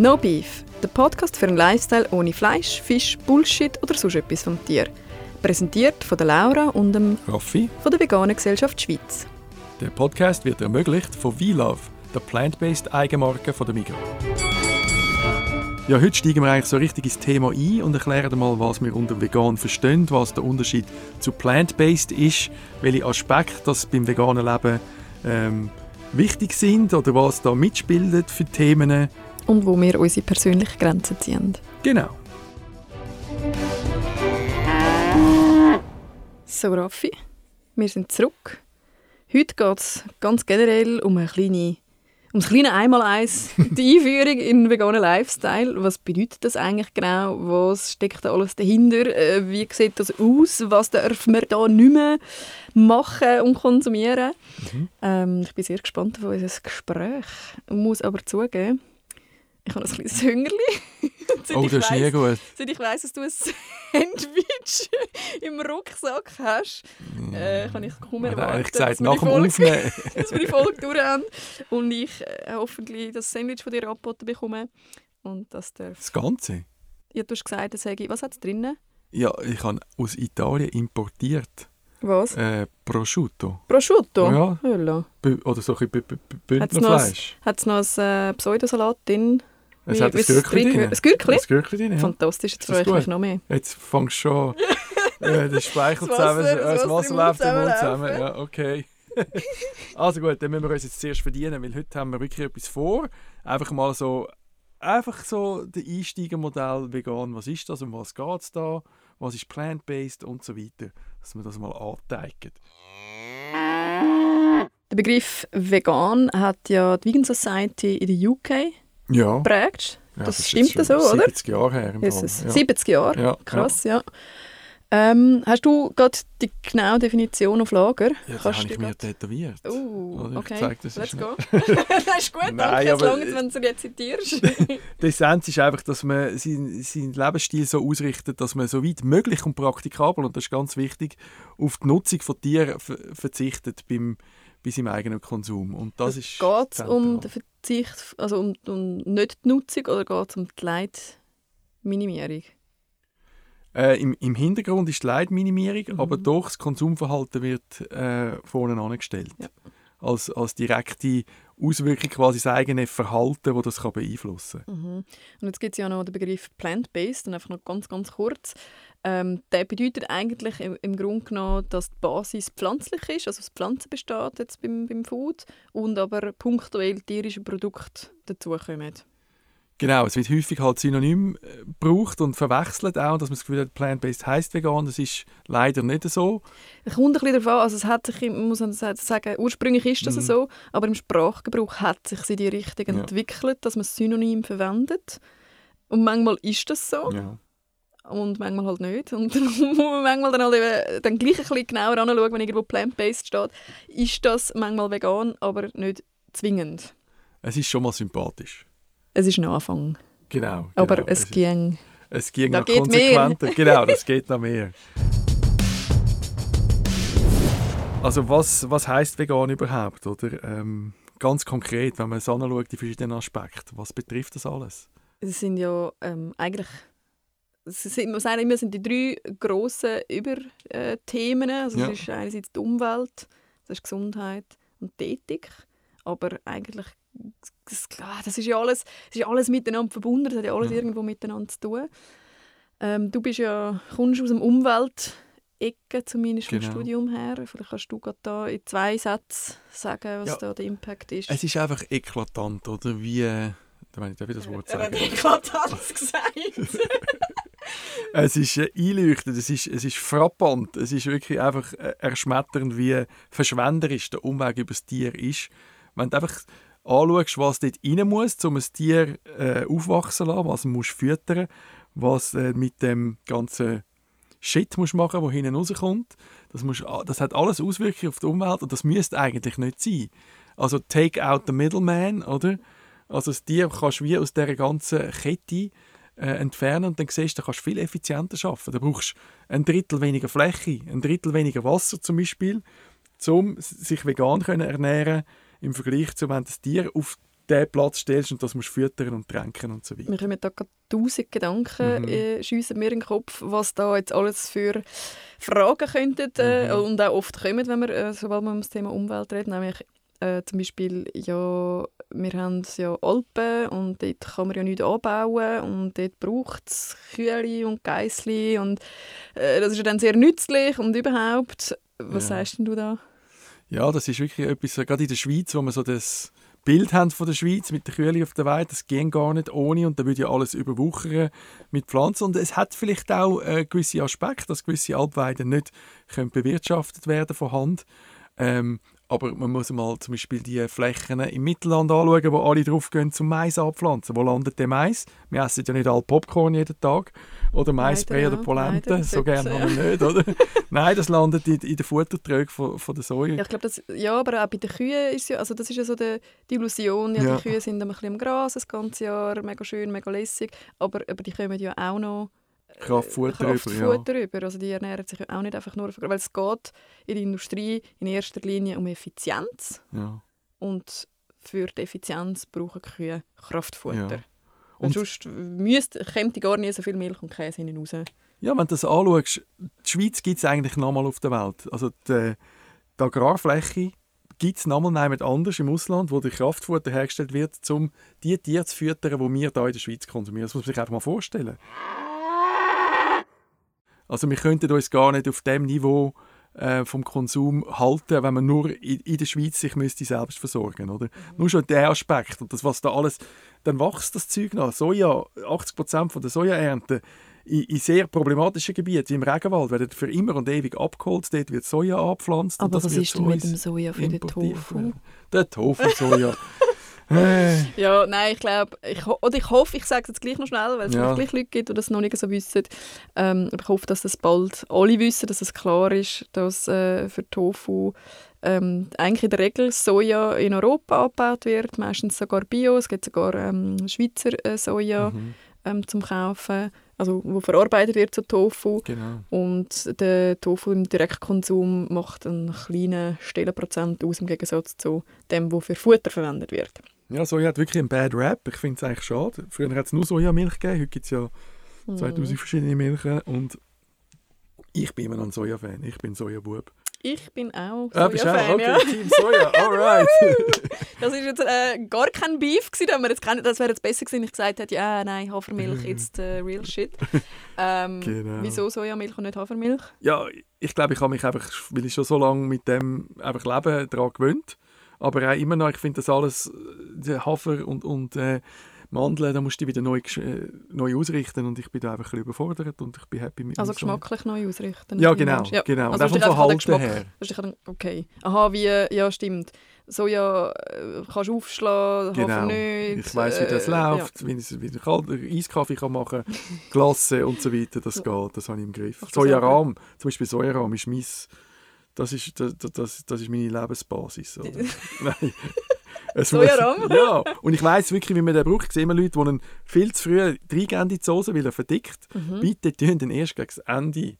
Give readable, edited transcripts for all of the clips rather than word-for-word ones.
No Beef, der Podcast für einen Lifestyle ohne Fleisch, Fisch, Bullshit oder sonst etwas vom Tier. Präsentiert von der Laura und dem Raffi von der Veganen Gesellschaft Schweiz. Der Podcast wird ermöglicht von WeLove, der plant-based Eigenmarke von der Migros. Ja, heute steigen wir eigentlich so richtig ins Thema ein und erklären mal, was wir unter vegan verstehen, was der Unterschied zu plant-based ist, welche Aspekte das beim veganen Leben wichtig sind oder was da mitspielt für Themen. Und wo wir unsere persönlichen Grenzen ziehen. Genau. So, Raffi, wir sind zurück. Heute geht es ganz generell um ums kleine Einmaleins, die Einführung in den veganen Lifestyle. Was bedeutet das eigentlich genau? Was steckt da alles dahinter? Wie sieht das aus? Was dürfen wir da nicht mehr machen und konsumieren? Ich bin sehr gespannt auf unser Gespräch. Ich muss aber zugeben, ich habe ein kleines Hungerli. Oh, das ist nie gut. Seit ich weiss, dass du ein Sandwich im Rucksack hast, kann ich kaum erwarten, ehrlich gesagt, nach dem Aufnehmen. dass wir die Folge durch haben und ich hoffentlich das Sandwich von dir angeboten bekomme. Und das darf... Das Ganze? Ja, du hast gesagt, was hat es drinnen? Ja, ich habe aus Italien importiert. Was? Prosciutto. Prosciutto? Ja. Hölla. Oder so ein bisschen Bündnerfleisch. Hat es noch ein Pseudosalat drin? Es hat ein Gürkli drin. Ein Gürkli? Ein Gürkli drin, ja. Fantastisch, jetzt freue ich mich noch mehr. Jetzt fängst du schon der Speichel zusammen, das Wasser läuft im Mund zusammen. Ja, okay. Also gut, dann müssen wir uns jetzt zuerst verdienen, weil heute haben wir wirklich etwas vor. Einfach so das Einsteigermodell vegan. Was ist das, um was geht es da? Was ist plant-based und so weiter. Dass wir das mal anteigen. Der Begriff vegan hat ja die Vegan Society in der UK geprägt. Ja, das stimmt so, oder? 70 Jahre her. Im Fall. Ja. 70 Jahre? Ja, krass, ja. Hast du gerade die genaue Definition auf Lager? Ja, das habe ich mir tätowiert. Okay, let's go. Das ist gut, danke, solange wenn du es jetzt zitierst. Die Essenz ist einfach, dass man seinen Lebensstil so ausrichtet, dass man so weit möglich und praktikabel, und das ist ganz wichtig, auf die Nutzung von Tieren verzichtet bei seinem eigenen Konsum. Und das ist geht es um den Verzicht, also um nicht die Nutzung, oder geht es um die Leidminimierung? Im Hintergrund ist die Leidminimierung, aber doch das Konsumverhalten wird vorne angestellt. Ja. Als direkte Auswirkung quasi das eigene Verhalten, das das beeinflussen kann. Und jetzt gibt es ja noch den Begriff Plant-Based, und einfach noch ganz, ganz kurz. Der bedeutet eigentlich im Grunde genommen, dass die Basis pflanzlich ist, also aus Pflanzen besteht jetzt beim Food, und aber punktuell tierische Produkte dazukommen. Genau, es wird häufig halt synonym gebraucht und verwechselt auch, dass man das Gefühl hat, plant-based heisst vegan. Das ist leider nicht so. Es kommt ein bisschen darauf an, also es hat sich, muss man sagen, ursprünglich ist das so, aber im Sprachgebrauch hat sich in die Richtung entwickelt, dass man es synonym verwendet. Und manchmal ist das so. Ja. Und manchmal halt nicht. Und dann muss man manchmal dann halt dann gleich ein bisschen genauer anschauen, wenn irgendwo plant-based steht. Ist das manchmal vegan, aber nicht zwingend. Es ist schon mal sympathisch. Es ist ein Anfang. Genau. Aber es ging noch konsequenter. Mehr. Genau, das geht noch mehr. Also was heisst vegan überhaupt? Oder? Ganz konkret, wenn man es anschaut, die verschiedenen Aspekte. Was betrifft das alles? Es sind ja eigentlich... Man sagt immer, es sind die drei grossen Überthemen. Also es ist einerseits die Umwelt, das ist Gesundheit und die Ethik. Aber eigentlich, das ist ja alles miteinander verbunden, das hat ja alles irgendwo miteinander zu tun. Du kommst aus dem Umwelt-Ecke, zumindest vom Studium her. Vielleicht kannst du gerade da in 2 Sätzen sagen, was da der Impact ist. Es ist einfach eklatant, oder? Darf ich das Wort sagen? Eklatant gesagt. Es ist einleuchtend, es ist frappant, es ist wirklich einfach erschmetternd, wie verschwenderisch der Umweg über das Tier ist. Wenn du einfach anschaust, was dort rein muss, um ein Tier aufwachsen zu lassen, was man füttern muss, was mit dem ganzen Shit musst machen, der hinten rauskommt, das hat alles Auswirkungen auf die Umwelt und das müsste eigentlich nicht sein. Also take out the middleman, oder? Also das Tier kannst du wie aus dieser ganzen Kette entfernen und dann siehst du, da kannst du viel effizienter arbeiten. Da brauchst du 1/3 weniger Fläche, 1/3 weniger Wasser zum Beispiel, um sich vegan ernähren im Vergleich zu, wenn das Tier auf diesen Platz stellst und das musst füttern und tränken und so weiter. Wir kommen da gerade 1000 Gedanken schiessen mir in den Kopf, was da jetzt alles für Fragen könnten und auch oft kommen, wenn wir, sobald man um das Thema Umwelt reden, nämlich zum Beispiel, ja, wir haben ja Alpen und dort kann man ja nichts anbauen und dort braucht es Kühe und Geissli und das ist ja dann sehr nützlich und überhaupt. Was sagst denn du da? Ja, das ist wirklich etwas, gerade in der Schweiz, wo wir so das Bild haben von der Schweiz mit den Kühen auf der Weide, das geht gar nicht ohne und da würde ja alles überwuchern mit Pflanzen und es hat vielleicht auch gewisse Aspekte, dass gewisse Alpweiden nicht bewirtschaftet werden von Hand. Aber man muss mal zum Beispiel die Flächen im Mittelland anschauen, wo alle drauf gehen zum Mais anpflanzen. Wo landet der Mais? Wir essen ja nicht alle Popcorn jeden Tag. Oder Maisbrei oder Polente. So gerne haben wir nicht, oder? Nein, das landet in den Futtertrögen von der Soja. Ja, ich glaube, aber auch bei den Kühen ist ja, also das ist ja so die Illusion, ja, die Kühe sind ein bisschen am Gras das ganze Jahr, mega schön, mega lässig, aber die kommen ja auch noch Kraftfutter über. Also die ernähren sich ja auch nicht einfach nur, weil es geht in der Industrie in erster Linie um Effizienz. Ja. Und für die Effizienz brauchen Kühe Kraftfutter. Ja. Und sonst käme gar nie so viel Milch und Käse hinten raus. Ja, wenn du das anschaust, die Schweiz gibt es eigentlich nochmal auf der Welt. Also die Agrarfläche gibt es nochmal jemand anders im Ausland, wo der Kraftfutter hergestellt wird, um die Tiere zu füttern, die wir hier in der Schweiz konsumieren. Das muss man sich einfach mal vorstellen. Also wir könnten uns gar nicht auf dem Niveau vom Konsum halten, wenn man nur in der Schweiz sich müsste selbst versorgen, oder? Nur schon der Aspekt und das, was da alles, dann wächst das Zeug nach. Soja, 80% von der Sojaernte in sehr problematischen Gebieten, wie im Regenwald, werden für immer und ewig abgeholzt, dort wird Soja angepflanzt. Aber was ist denn mit dem Soja für den Tofu? Der Tofu-Soja. Ja, nein, ich glaube, ich hoffe, ich sage es jetzt gleich noch schnell, weil es vielleicht gleich Leute gibt, die das noch nicht so wissen. Aber ich hoffe, dass das bald alle wissen, dass es klar ist, dass für Tofu eigentlich in der Regel Soja in Europa angebaut wird, meistens sogar Bio. Es gibt sogar Schweizer Soja zum Kaufen, also wo verarbeitet wird zu Tofu. Genau. Und der Tofu im Direktkonsum macht einen kleinen Stellenprozent aus im Gegensatz zu dem, der für Futter verwendet wird. Ja, Soja hat wirklich einen Bad Rap. Ich finde es eigentlich schade. Früher hat es nur Sojamilch gegeben, heute gibt es ja 2000 verschiedene Milchen. Und ich bin immer noch ein Soja-Fan. Ich bin Soja-Bub. Ich bin auch Soja-Fan, bist auch? Okay, Team Soja, alright. Das war jetzt gar kein Beef gewesen, das wäre jetzt besser gewesen, wenn ich gesagt hätte, ja, nein, Hafermilch, it's the real shit. Genau. Wieso Sojamilch und nicht Hafermilch? Ja, ich glaube, ich habe mich einfach, weil ich schon so lange mit dem einfach leben, daran gewöhnt. Aber auch immer noch, ich finde das alles, Hafer und Mandeln, da musst du dich wieder neu ausrichten und ich bin da einfach ein bisschen überfordert und ich bin happy mit Also geschmacklich neu ausrichten? Ja, genau. genau. Also und auch vom Verhalten her. Okay. Aha, ja, stimmt. Soja kannst du aufschlagen, Hafer nicht. Ich weiss, wie das läuft, wie ich Eiskaffee machen kann, Glasse und so weiter, das geht, das habe ich im Griff. Sojarahm, zum Beispiel Sojarahm ist das ist meine Lebensbasis. Oder? Nein. Sojarahm? Ja, und ich weiss wirklich, wie man den braucht. Ich sehe immer Leute, die ihn viel zu früh reingeben in die Soße, weil er verdickt. Bitte tun den erst gegen das Ende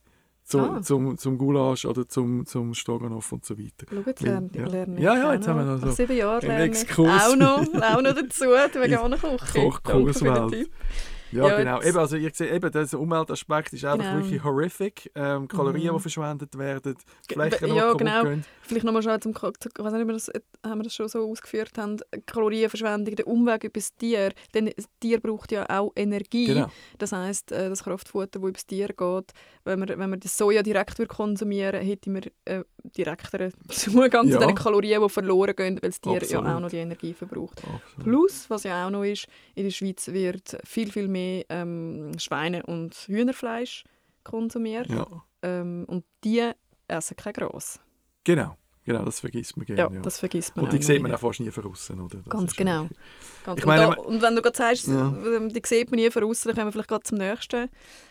zum Gulasch oder zum Stroganoff und so weiter. Schau, jetzt lernen. Ja, jetzt haben wir noch so 7 Jahre einen auch noch dazu, die vegane Küche. Kochkurswelt. Ja, genau. Eben, also ich sehe, dieser Umweltaspekt ist einfach wirklich horrific. Kalorien, die verschwendet werden, Flächen, die kaputt gehen. Vielleicht nochmal schnell ich weiß nicht, ob wir das schon so ausgeführt haben, Kalorienverschwendung, der Umweg über das Tier. Denn das Tier braucht ja auch Energie. Genau. Das heisst, das Kraftfutter, das über das Tier geht, wenn wir das Soja direkt konsumieren würden, hätten wir direkteren Zugang zu den Kalorien, die verloren gehen, weil das Tier ja auch noch die Energie verbraucht. Absolut. Plus, was ja auch noch ist, in der Schweiz wird viel, viel mehr Schweine- und Hühnerfleisch konsumiert. Ja. Und die essen kein Gras. Genau, das vergisst man gerne. Ja, das vergisst man. Und die sieht man auch fast nie von außen, oder? Das ganz genau. Ich meine, und wenn du gerade sagst, die sieht man nie von außen, dann können wir vielleicht gerade zum nächsten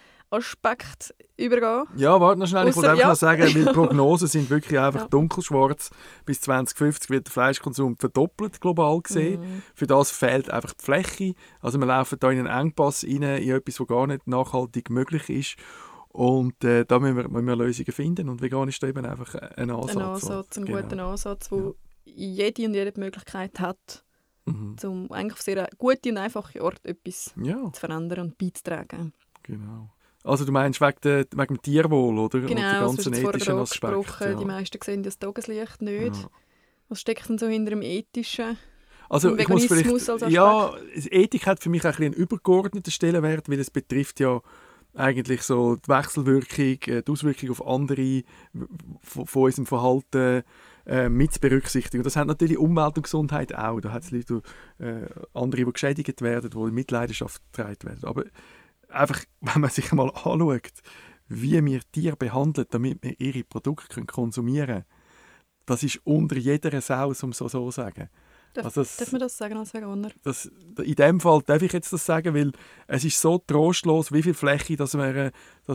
Aspekt übergehen. Ja, warte noch schnell. Ich wollte einfach noch sagen, weil die Prognosen sind wirklich einfach dunkelschwarz. Bis 2050 wird der Fleischkonsum verdoppelt, global gesehen. Für das fehlt einfach die Fläche. Also wir laufen da in einen Engpass rein, in etwas, was gar nicht nachhaltig möglich ist. Und da müssen wir Lösungen finden. Und vegan ist da eben einfach ein Ansatz. Ein guten Ansatz, der jede und jede die Möglichkeit hat, um eigentlich auf sehr gute und einfache Art etwas zu verändern und beizutragen. Genau. Also du meinst wegen dem Tierwohl, oder? Genau, und der ganzen ethischen Aspekt. Ja. Die meisten sehen das Tageslicht nicht. Ja. Was steckt denn so hinter dem Ethischen? Also ich muss vielleicht, ja, Ethik hat für mich auch einen übergeordneten Stellenwert, weil es betrifft ja eigentlich so die Wechselwirkung, die Auswirkung auf andere von unserem Verhalten mit zu berücksichtigen. Und das hat natürlich Umwelt und Gesundheit auch. Da hat es Leute, andere, die geschädigt werden, die in Mitleidenschaft getragen werden. Aber einfach, wenn man sich mal anschaut, wie wir Tiere behandeln, damit wir ihre Produkte konsumieren können, das ist unter jeder Sau, um so zu sagen. Darf man das sagen als Veganer? In dem Fall darf ich jetzt das sagen, weil es ist so trostlos, wie viel Fläche einer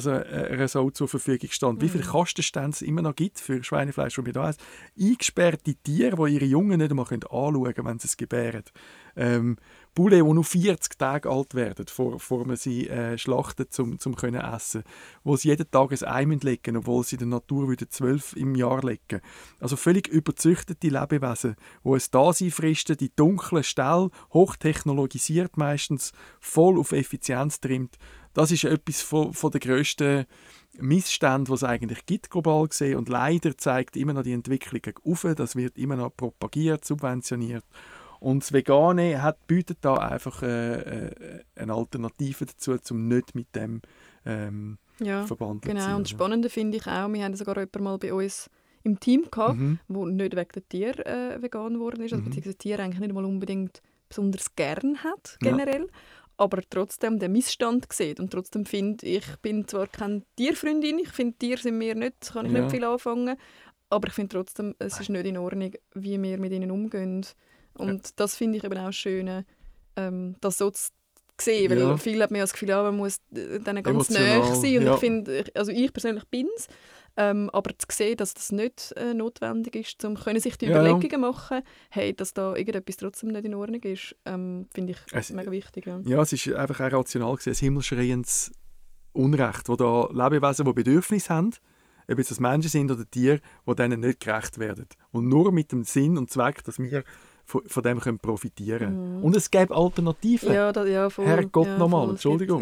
Sau zur Verfügung steht. Wie viele Kastenstände es immer noch gibt für Schweinefleisch, das wir da haben. Eingesperrte Tiere, die ihre Jungen nicht einmal anschauen können, wenn sie es gebären. Poulet, die nur 40 Tage alt werden, bevor man sie schlachtet, um zu essen. Wo sie jeden Tag ein Ei legen müssen, obwohl sie in der Natur 12 im Jahr legen. Also völlig überzüchtete Lebewesen, die ein Dasein fristen, die dunklen Ställe, hochtechnologisiert meistens, voll auf Effizienz trimmt. Das ist etwas von der grössten Missstände, die es eigentlich gibt, global gesehen. Und leider zeigt immer noch die Entwicklung auf. Das wird immer noch propagiert, subventioniert. Und das Vegane bietet da einfach eine Alternative dazu, um nicht mit dem verbandelt zu sein. Genau, und das Spannende finde ich auch, wir haben sogar jemanden mal bei uns im Team gehabt, der nicht wegen der Tiere vegan geworden ist, also beziehungsweise Tiere eigentlich nicht mal unbedingt besonders gern hat, generell, aber trotzdem den Missstand sieht. Und trotzdem finde ich, bin zwar keine Tierfreundin, ich finde, Tiere sind mir nicht, kann ich nicht viel anfangen, aber ich finde trotzdem, es ist nicht in Ordnung, wie wir mit ihnen umgehen. Und das finde ich eben auch schön, das so zu sehen, weil viele haben mir das Gefühl, man muss dann ganz nahe sein. Und ich finde, also ich persönlich bin es, aber zu sehen, dass das nicht notwendig ist, um sich die Überlegungen machen, hey, dass da irgendetwas trotzdem nicht in Ordnung ist, finde ich mega wichtig. Ja, es ist einfach auch rational gesehen, ein himmelschreiendes Unrecht, wo da Lebewesen, die Bedürfnisse haben, ob es Menschen sind oder Tiere, die denen nicht gerecht werden. Und nur mit dem Sinn und Zweck, dass wir von dem können profitieren können. Und es gibt Alternativen. Voll. Herrgott nochmal, Entschuldigung.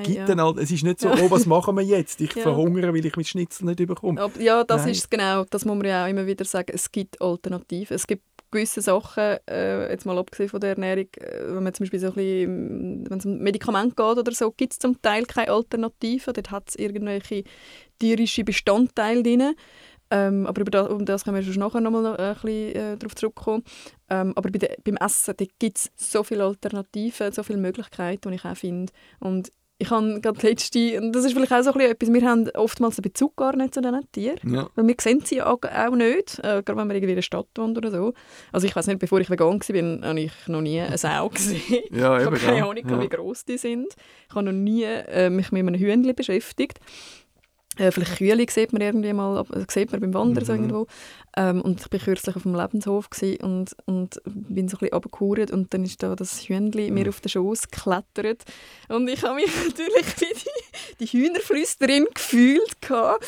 Es ist nicht so, was machen wir jetzt? Ich verhungere, weil ich mit Schnitzel nicht bekomme. Ja, das ist es genau. Das muss man ja auch immer wieder sagen. Es gibt Alternativen. Es gibt gewisse Sachen, jetzt mal abgesehen von der Ernährung, wenn man zum Beispiel so ein bisschen, wenn es um Medikamente geht oder so, gibt es zum Teil keine Alternativen. Dort hat es irgendwelche tierische Bestandteile drin. Aber um das können wir schon nachher noch mal ein bisschen darauf zurückkommen. Aber beim Essen gibt es so viele Alternativen, so viele Möglichkeiten, die ich auch finde. Und ich habe gerade letzte, und das ist vielleicht auch so etwas, wir haben oftmals den Bezug gar nicht zu diesen Tieren. Ja. Weil wir sehen sie auch nicht, gerade wenn man irgendwie in der Stadt wohnt oder so. Also ich weiss nicht, bevor ich vegan war, habe ich noch nie eine Sau gesehen. Ich habe keine Ahnung, wie gross die sind. Ich habe noch nie mich mit einem Hühnchen beschäftigt. Vielleicht Kühe sieht man irgendwie mal, sieht man beim Wandern so irgendwo. Und ich war kürzlich auf dem Lebenshof und bin so ein bisschen runtergehauert und dann ist da das Hühnchen mir auf den Schoß geklettert. Und ich habe mich natürlich wie die Hühnerflüsterin gefühlt.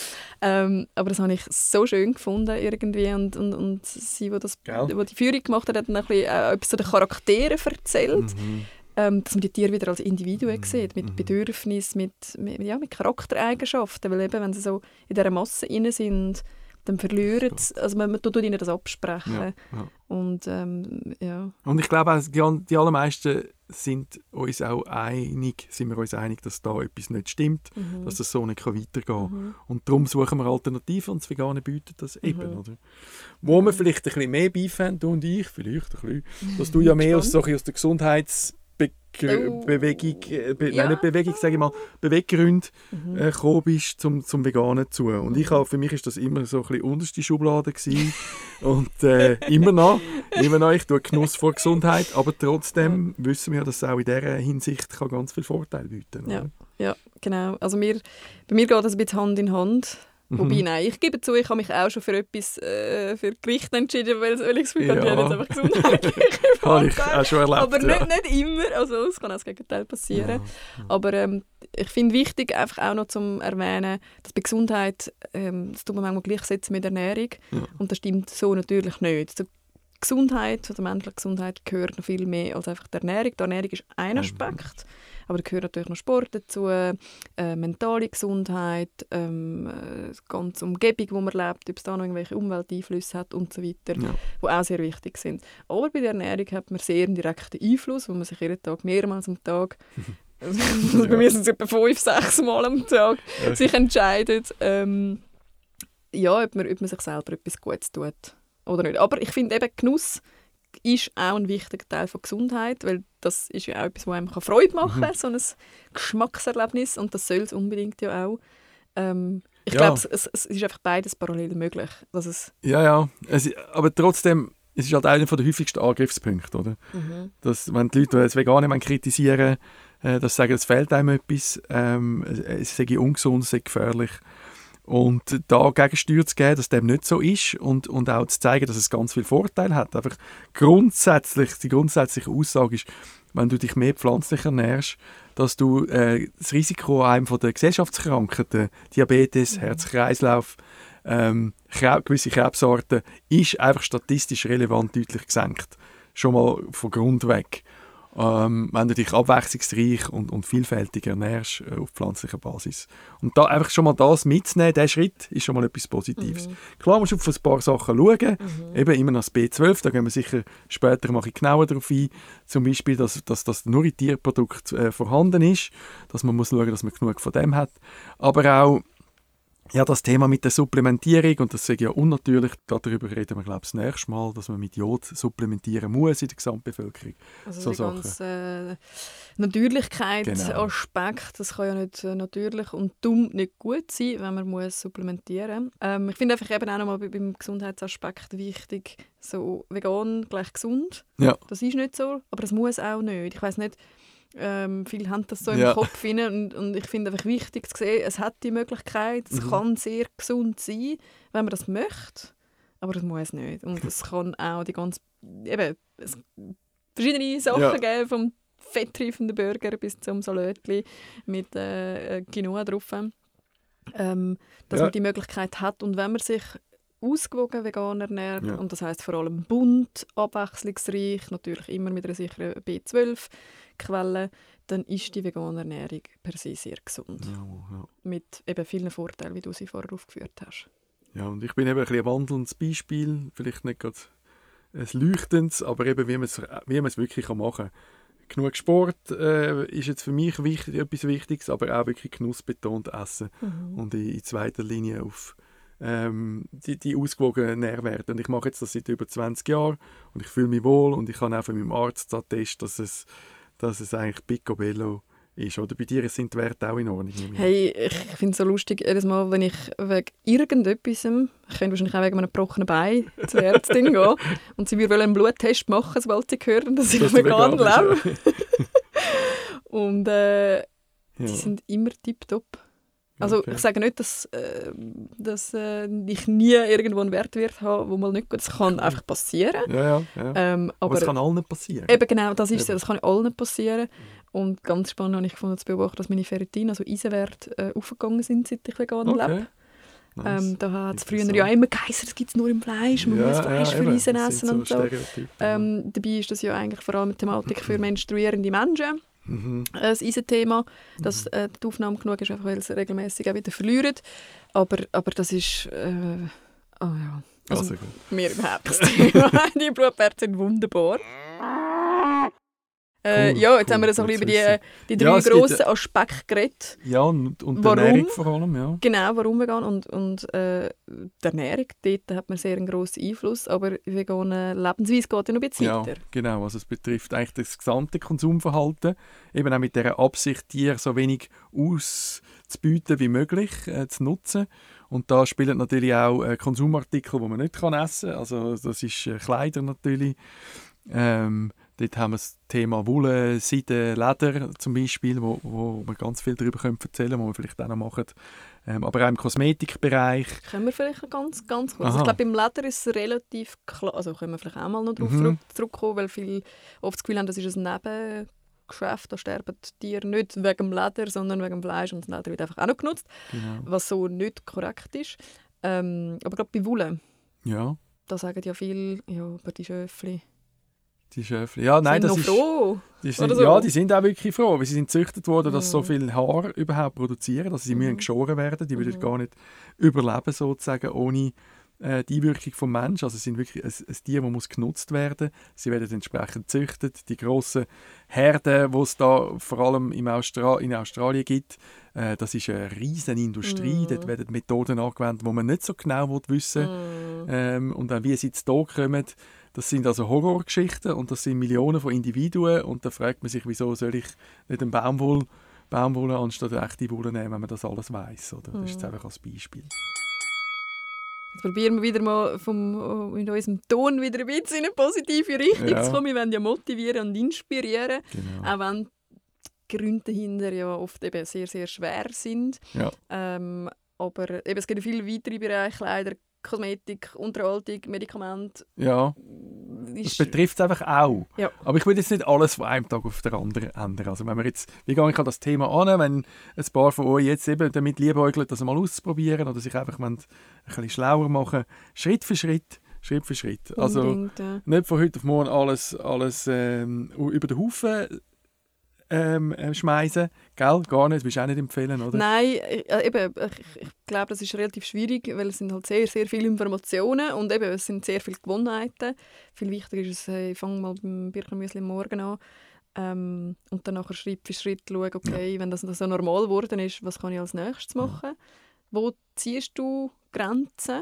Aber das habe ich so schön gefunden irgendwie. Und sie, die die Führung gemacht hat, hat dann ein bisschen etwas zu den Charakteren erzählt. Dass man die Tiere wieder als Individuen sieht, mit Bedürfnissen, mit Charaktereigenschaften. Weil eben, wenn sie so in dieser Masse drin sind, dann verlieren sie, also man tut ihnen das absprechen. Und Und ich glaube, die allermeisten sind wir uns einig, dass da etwas nicht stimmt, dass das so nicht weitergehen kann. Und darum suchen wir Alternativen und das Vegane bietet das eben. Oder? Wo wir vielleicht ein bisschen mehr Beef haben, du und ich, vielleicht ein bisschen, dass du ja mehr aus der Beweggründe gekommen bist zum Veganen zu. Und für mich ist das immer so ein bisschen unterste Schublade gewesen. Und immer noch, ich tue Genuss vor Gesundheit, aber trotzdem wissen wir, dass es auch in dieser Hinsicht kann ganz viel Vorteile bieten kann. Ja, genau. Also bei mir geht das ein bisschen Hand in Hand. Wobei, nein, ich gebe zu, ich habe mich auch schon für etwas für Gericht entschieden, weil ich das Gefühl habe, die haben jetzt einfach gesundheitliche Habe ich auch schon erlebt. Aber nicht immer, also es kann auch das Gegenteil passieren. Ja. Aber ich finde wichtig, einfach auch noch zu erwähnen, dass bei Gesundheit, das tut man manchmal gleichsetzen mit Ernährung. Ja. Und das stimmt so natürlich nicht. So Gesundheit oder menschliche Gesundheit gehört noch viel mehr als einfach die Ernährung. Die Ernährung ist ein Aspekt, aber da gehört natürlich noch Sport dazu, mentale Gesundheit, die ganze Umgebung, wo man lebt, ob es da noch irgendwelche Umwelteinflüsse hat und so weiter, die auch sehr wichtig sind. Aber bei der Ernährung hat man sehr einen direkten Einfluss, wo man sich jeden Tag mehrmals am Tag also bei mir sind es etwa 5-6 Mal am Tag, sich entscheidet, ob man sich selber etwas Gutes tut oder nicht. Aber ich finde eben, Genuss ist auch ein wichtiger Teil von Gesundheit, weil das ist ja auch etwas, was einem Freude machen kann, so ein Geschmackserlebnis, und das soll es unbedingt ja auch. Ich glaube, es ist einfach beides parallel möglich. Dass es aber trotzdem, es ist halt einer der häufigsten Angriffspunkte, oder? Dass, wenn die Leute das Veganen kritisieren, dass sie sagen, es fehlt einem etwas, es sei ungesund, es sei gefährlich. Und da Gegensteuer zu geben, dass dem nicht so ist und auch zu zeigen, dass es ganz viele Vorteile hat. Einfach die grundsätzliche Aussage ist, wenn du dich mehr pflanzlich ernährst, dass du das Risiko an einem der Gesellschaftskrankheiten, Diabetes, Herz-Kreislauf, gewisse Krebsarten, ist einfach statistisch relevant deutlich gesenkt. Schon mal von Grund weg. Wenn du dich abwechslungsreich und vielfältig ernährst auf pflanzlicher Basis. Und da einfach schon mal das mitzunehmen, dieser Schritt, ist schon mal etwas Positives. Klar musst du auf ein paar Sachen schauen, eben immer noch das B12, da gehen wir sicher später mal genauer darauf ein, zum Beispiel, dass das nur in Tierprodukten vorhanden ist, dass man muss schauen, dass man genug von dem hat, aber auch das Thema mit der Supplementierung, und das ist ja unnatürlich, darüber reden wir, glaube ich, das nächste Mal, dass man mit Jod supplementieren muss in der Gesamtbevölkerung. Also so die ganze Natürlichkeitsaspekt, das kann ja nicht natürlich und dumm nicht gut sein, wenn man muss supplementieren muss. Ich finde einfach eben auch nochmal beim Gesundheitsaspekt wichtig, so vegan gleich gesund. Ja. Das ist nicht so, aber es muss auch nicht. Ich weiss nicht, viele haben das so im Kopf rein, und ich finde einfach wichtig zu sehen, es hat die Möglichkeit, es kann sehr gesund sein, wenn man das möchte, aber es muss nicht. Und es kann auch verschiedene Sachen geben, vom fettreifenden Burger bis zum Salatli mit Quinoa drauf, dass man die Möglichkeit hat, und wenn man sich ausgewogen vegan ernährt, und das heisst vor allem bunt, abwechslungsreich, natürlich immer mit einer sicheren B12-Quelle, dann ist die vegane Ernährung per se sehr gesund. Ja. Mit eben vielen Vorteilen, wie du sie vorher aufgeführt hast. Ja, und ich bin eben ein bisschen ein wandelndes Beispiel, vielleicht nicht gerade ein leuchtendes, aber eben, wie man es wirklich machen kann. Genug Sport ist jetzt für mich etwas Wichtiges, aber auch wirklich genussbetont essen und in zweiter Linie auf die ausgewogenen Nährwerte. Und ich mache jetzt das seit über 20 Jahren und ich fühle mich wohl, und ich habe auch von meinem Arzt attest, dass es eigentlich picobello ist. Oder bei dir sind die Werte auch in Ordnung? Hey, ich finde es so lustig, jedes Mal, wenn ich wegen irgendetwas, ich könnte wahrscheinlich auch wegen einem gebrochenen Bein zur Ärztin gehen, und sie würde einen Bluttest machen, sobald sie hören, dass ich vegan lebe. Und die sind immer tipptopp. Also ich sage nicht, dass ich nie irgendwo einen Wertwert habe, wo mal nicht gut ist. Das kann einfach passieren. Ja. Aber es kann allen nicht passieren. Eben genau, das ist es. Das kann allen nicht passieren. Und ganz spannend habe ich gefunden zu beobachten, dass meine Ferritin, also Eisenwerte, aufgegangen sind, seit ich vegan lebe. Nice. Da hat es früher ja immer geheißen, das gibt es nur im Fleisch, man muss Fleisch für Eisen essen und so. Dabei ist das ja eigentlich vor allem eine Thematik für menstruierende Menschen. Das Eisenthema, dass die Aufnahme genug ist, einfach weil sie regelmäßig auch wieder verlieren. Aber das ist mir überhaupt das Thema. Die Blutwerte sind wunderbar. Jetzt haben wir so über die drei grossen Aspekte geredet. Ja, und die Ernährung vor allem. Ja. Genau, warum vegan. Und die Ernährung, dort hat man sehr einen grossen Einfluss, aber vegane Lebensweise geht ja noch ein bisschen weiter. Ja, genau. Also es betrifft eigentlich das gesamte Konsumverhalten. Eben auch mit dieser Absicht, Tiere so wenig auszubieten wie möglich zu nutzen. Und da spielen natürlich auch Konsumartikel, die man nicht essen kann. Also das ist Kleider natürlich. Dort haben wir das Thema Wolle, Seide, Leder zum Beispiel, wo wir ganz viel darüber erzählen können, was wir vielleicht auch noch machen. Aber auch im Kosmetikbereich. Können wir vielleicht ganz kurz. Also ich glaube, beim Leder ist es relativ klar. Also können wir vielleicht auch mal noch darauf zurückkommen, weil viele oft das Gefühl haben, das ist ein Nebengeschäft. Da sterben die Tiere nicht wegen dem Leder, sondern wegen dem Fleisch, und das Leder wird einfach auch noch genutzt, was so nicht korrekt ist. Aber gerade bei Wolle. Ja. da sagen ja viele, ja, aber die Schöfli Die Schöfli. Ja, nein, sind das noch ist... froh. Die sind, so. Ja, die sind auch wirklich froh, weil sie sind gezüchtet worden, dass so viel Haar überhaupt produzieren, dass sie müssen geschoren werden. Die würden gar nicht überleben, sozusagen, ohne die Einwirkung vom Menschen. Also sie sind wirklich ein Tier, das muss genutzt werden. Sie werden entsprechend gezüchtet. Die grossen Herden, die es da vor allem in Australien gibt, das ist eine riesige Industrie. Dort werden Methoden angewendet, die man nicht so genau wissen will. Und dann, wie sie jetzt hier kommen, das sind also Horrorgeschichten und das sind Millionen von Individuen. Und da fragt man sich, wieso soll ich nicht eine Baumwolle anstatt eine echte Wolle nehmen, wenn man das alles weiss. Oder? Das ist jetzt einfach als Beispiel. Jetzt probieren wir wieder mal in unserem Ton wieder ein bisschen in eine positive Richtung zu kommen. Wir wollen ja motivieren und inspirieren. Genau. Auch wenn die Gründe dahinter ja oft eben sehr, sehr schwer sind. Ja. Aber eben, es gibt viele weitere Bereiche, leider Kosmetik, Unterhaltung, Medikamente. Ja, das betrifft es einfach auch. Ja. Aber ich würde jetzt nicht alles von einem Tag auf den anderen ändern. Also wenn wir jetzt, wie gehe ich an das Thema an, wenn ein paar von euch jetzt eben damit liebäugeln, das mal auszuprobieren oder sich einfach ein bisschen schlauer machen, Schritt für Schritt. Also nicht von heute auf morgen alles über den Haufen schmeißen, gell? Gar nicht, willst du auch nicht empfehlen, oder? Nein, ich glaube, das ist relativ schwierig, weil es sind halt sehr, sehr viele Informationen und eben, es sind sehr viele Gewohnheiten. Viel wichtiger ist es, ich fange mal beim Birkenmüsli morgen an und dann nachher Schritt für Schritt schauen, okay, wenn das so normal geworden ist, was kann ich als nächstes machen? Wo ziehst du Grenzen?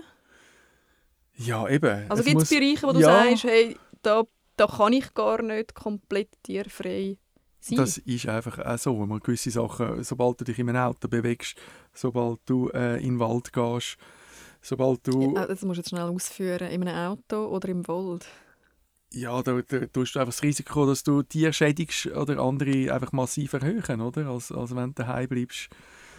Ja, eben. Also gibt es Bereiche, wo du sagst, hey, da kann ich gar nicht komplett tierfrei sein? Das ist einfach auch so. Man gewisse Sachen, sobald du dich in einem Auto bewegst, sobald du in den Wald gehst, sobald du... Ja, das musst du jetzt schnell ausführen. In einem Auto oder im Wald? Ja, da tust du einfach das Risiko, dass du Tiere schädigst oder andere einfach massiv erhöhen, oder? Als wenn du daheim bleibst.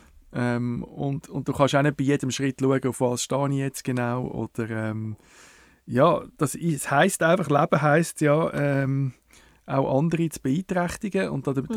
Und du kannst auch nicht bei jedem Schritt schauen, auf was stehe ich jetzt genau. Oder, ja, das heisst einfach, Leben heisst ja... auch andere zu beeinträchtigen und darf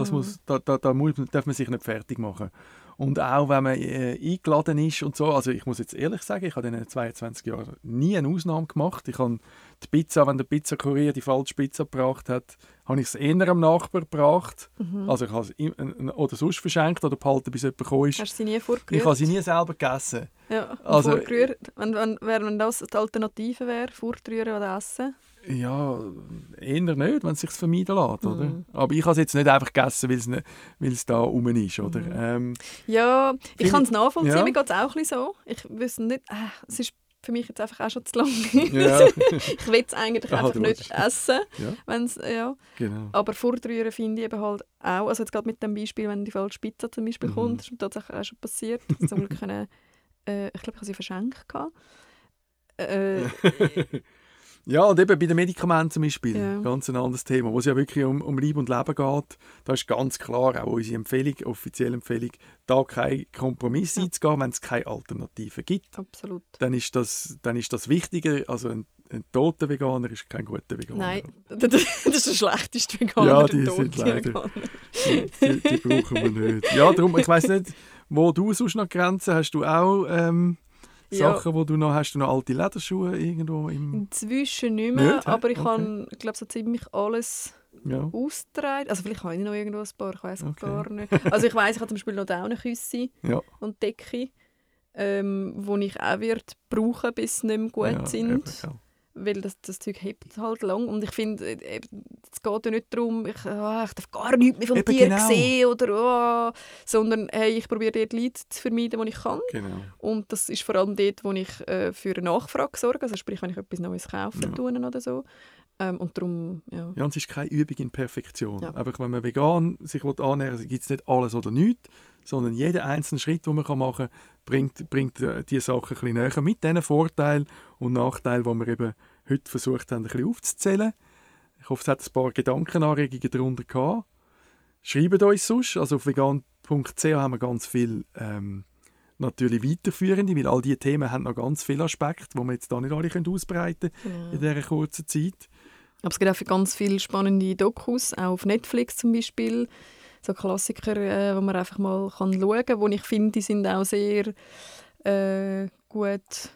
man sich nicht fertig machen. Und auch wenn man eingeladen ist und so, also ich muss jetzt ehrlich sagen, ich habe in den 22 Jahren nie eine Ausnahme gemacht. Ich habe die Pizza, wenn der Pizzakurier die falsche Pizza gebracht hat, habe ich es eher am Nachbar gebracht. Also ich habe es oder sonst verschenkt oder behalten, bis jemand gekommen ist. Hast du sie nie vorgerührt? Ich habe sie nie selber gegessen. Ja, also, vorgerührt. Wenn das die Alternative wäre, vorrühren oder essen? Ja, eher nicht, wenn es sich vermeiden lässt, oder? Aber ich habe es jetzt nicht einfach gegessen, weil es da rum ist, oder? Ja, ich kann es nachvollziehen, ja. Mir geht es auch ein bisschen so. Ich wüsste nicht, es ist für mich jetzt einfach auch schon zu lang. Ja. Ich will es eigentlich einfach nicht essen. Ja. Wenn's, ja. Genau. Aber vorrühren finde ich eben halt auch, also jetzt gerade mit dem Beispiel, wenn die falsche Pizza zum Beispiel kommt, das ist mir tatsächlich auch schon passiert. Zum Glück ich glaube, ich habe sie verschenkt. Ja, und eben bei den Medikamenten zum Beispiel, ganz ein anderes Thema, wo es ja wirklich um Leib und Leben geht. Da ist ganz klar auch unsere Empfehlung, offizielle Empfehlung, da keinen Kompromiss einzugehen, wenn es keine Alternative gibt. Absolut. Dann ist das Wichtige, also ein toter Veganer ist kein guter Veganer. Nein, das ist der schlechteste Veganer. Ja, die sind leider. Die brauchen wir nicht. Ja, darum, ich weiss nicht, wo du sonst noch Grenzen hast. Du auch Sachen, wo du noch hast, du noch alte Lederschuhe irgendwo im... Inzwischen nicht mehr, nicht, aber ich habe, glaube so ziemlich alles ausgetragen. Also vielleicht habe ich noch irgendwo ein paar, ich weiss gar nicht. Also ich weiss, ich habe zum Beispiel noch Daunenküsse und Decke, die ich auch wird brauchen, bis sie nicht mehr gut sind. Eben, weil das Zeug hebt halt lang. Und ich finde, es geht ja nicht darum, ich darf gar nichts mehr vom Tier sehen, oder, sondern hey, ich probiere dort Leute zu vermeiden, die ich kann. Genau. Und das ist vor allem dort, wo ich für eine Nachfrage sorge, also sprich, wenn ich etwas Neues kaufe oder so. Und darum, ja, und es ist keine Übung in Perfektion. Ja. Einfach, wenn man vegan sich annähern will, gibt es nicht alles oder nichts, sondern jeder einzelne Schritt, den man machen kann, bringt die Sachen ein bisschen näher mit diesen Vorteilen und Nachteilen, die wir eben heute versucht haben, ein bisschen aufzuzählen. Ich hoffe, es hat ein paar Gedankenanregungen darunter gehabt. Schreibt uns sonst, also auf vegan.ch haben wir ganz viel natürlich weiterführende, weil all diese Themen haben noch ganz viele Aspekte, die wir jetzt da nicht alle ausbreiten können in dieser kurzen Zeit. Aber es gibt auch ganz viele spannende Dokus, auch auf Netflix zum Beispiel, so Klassiker, wo man einfach mal schauen kann, wo ich finde, die sind auch sehr gut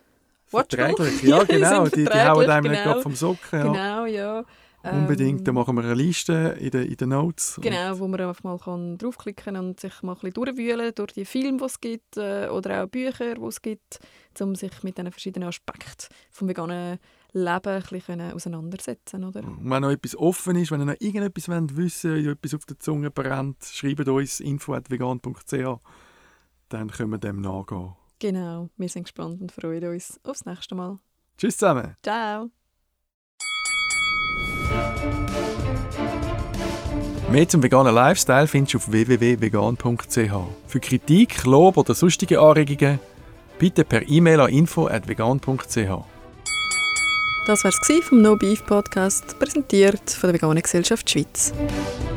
Verträglich, ja genau. Die hauen einem nicht gerade vom Socken. Ja. Genau, ja. Unbedingt, dann machen wir eine Liste in den Notes. Genau, wo man einfach mal draufklicken kann und sich mal ein bisschen durchwühlen durch die Filme, die es gibt, oder auch Bücher, die es gibt, um sich mit diesen verschiedenen Aspekten des veganen Lebens ein bisschen auseinandersetzen. Oder? Und wenn noch etwas offen ist, wenn ihr noch irgendetwas wissen wollt, etwas auf der Zunge brennt, schreibt uns info@vegan.ch, dann können wir dem nachgehen. Genau, wir sind gespannt und freuen uns aufs nächste Mal. Tschüss zusammen. Ciao. Mehr zum veganen Lifestyle findest du auf www.vegan.ch. Für Kritik, Lob oder sonstige Anregungen bitte per E-Mail an info@vegan.ch. Das war es vom No Beef Podcast, präsentiert von der Veganen Gesellschaft Schweiz.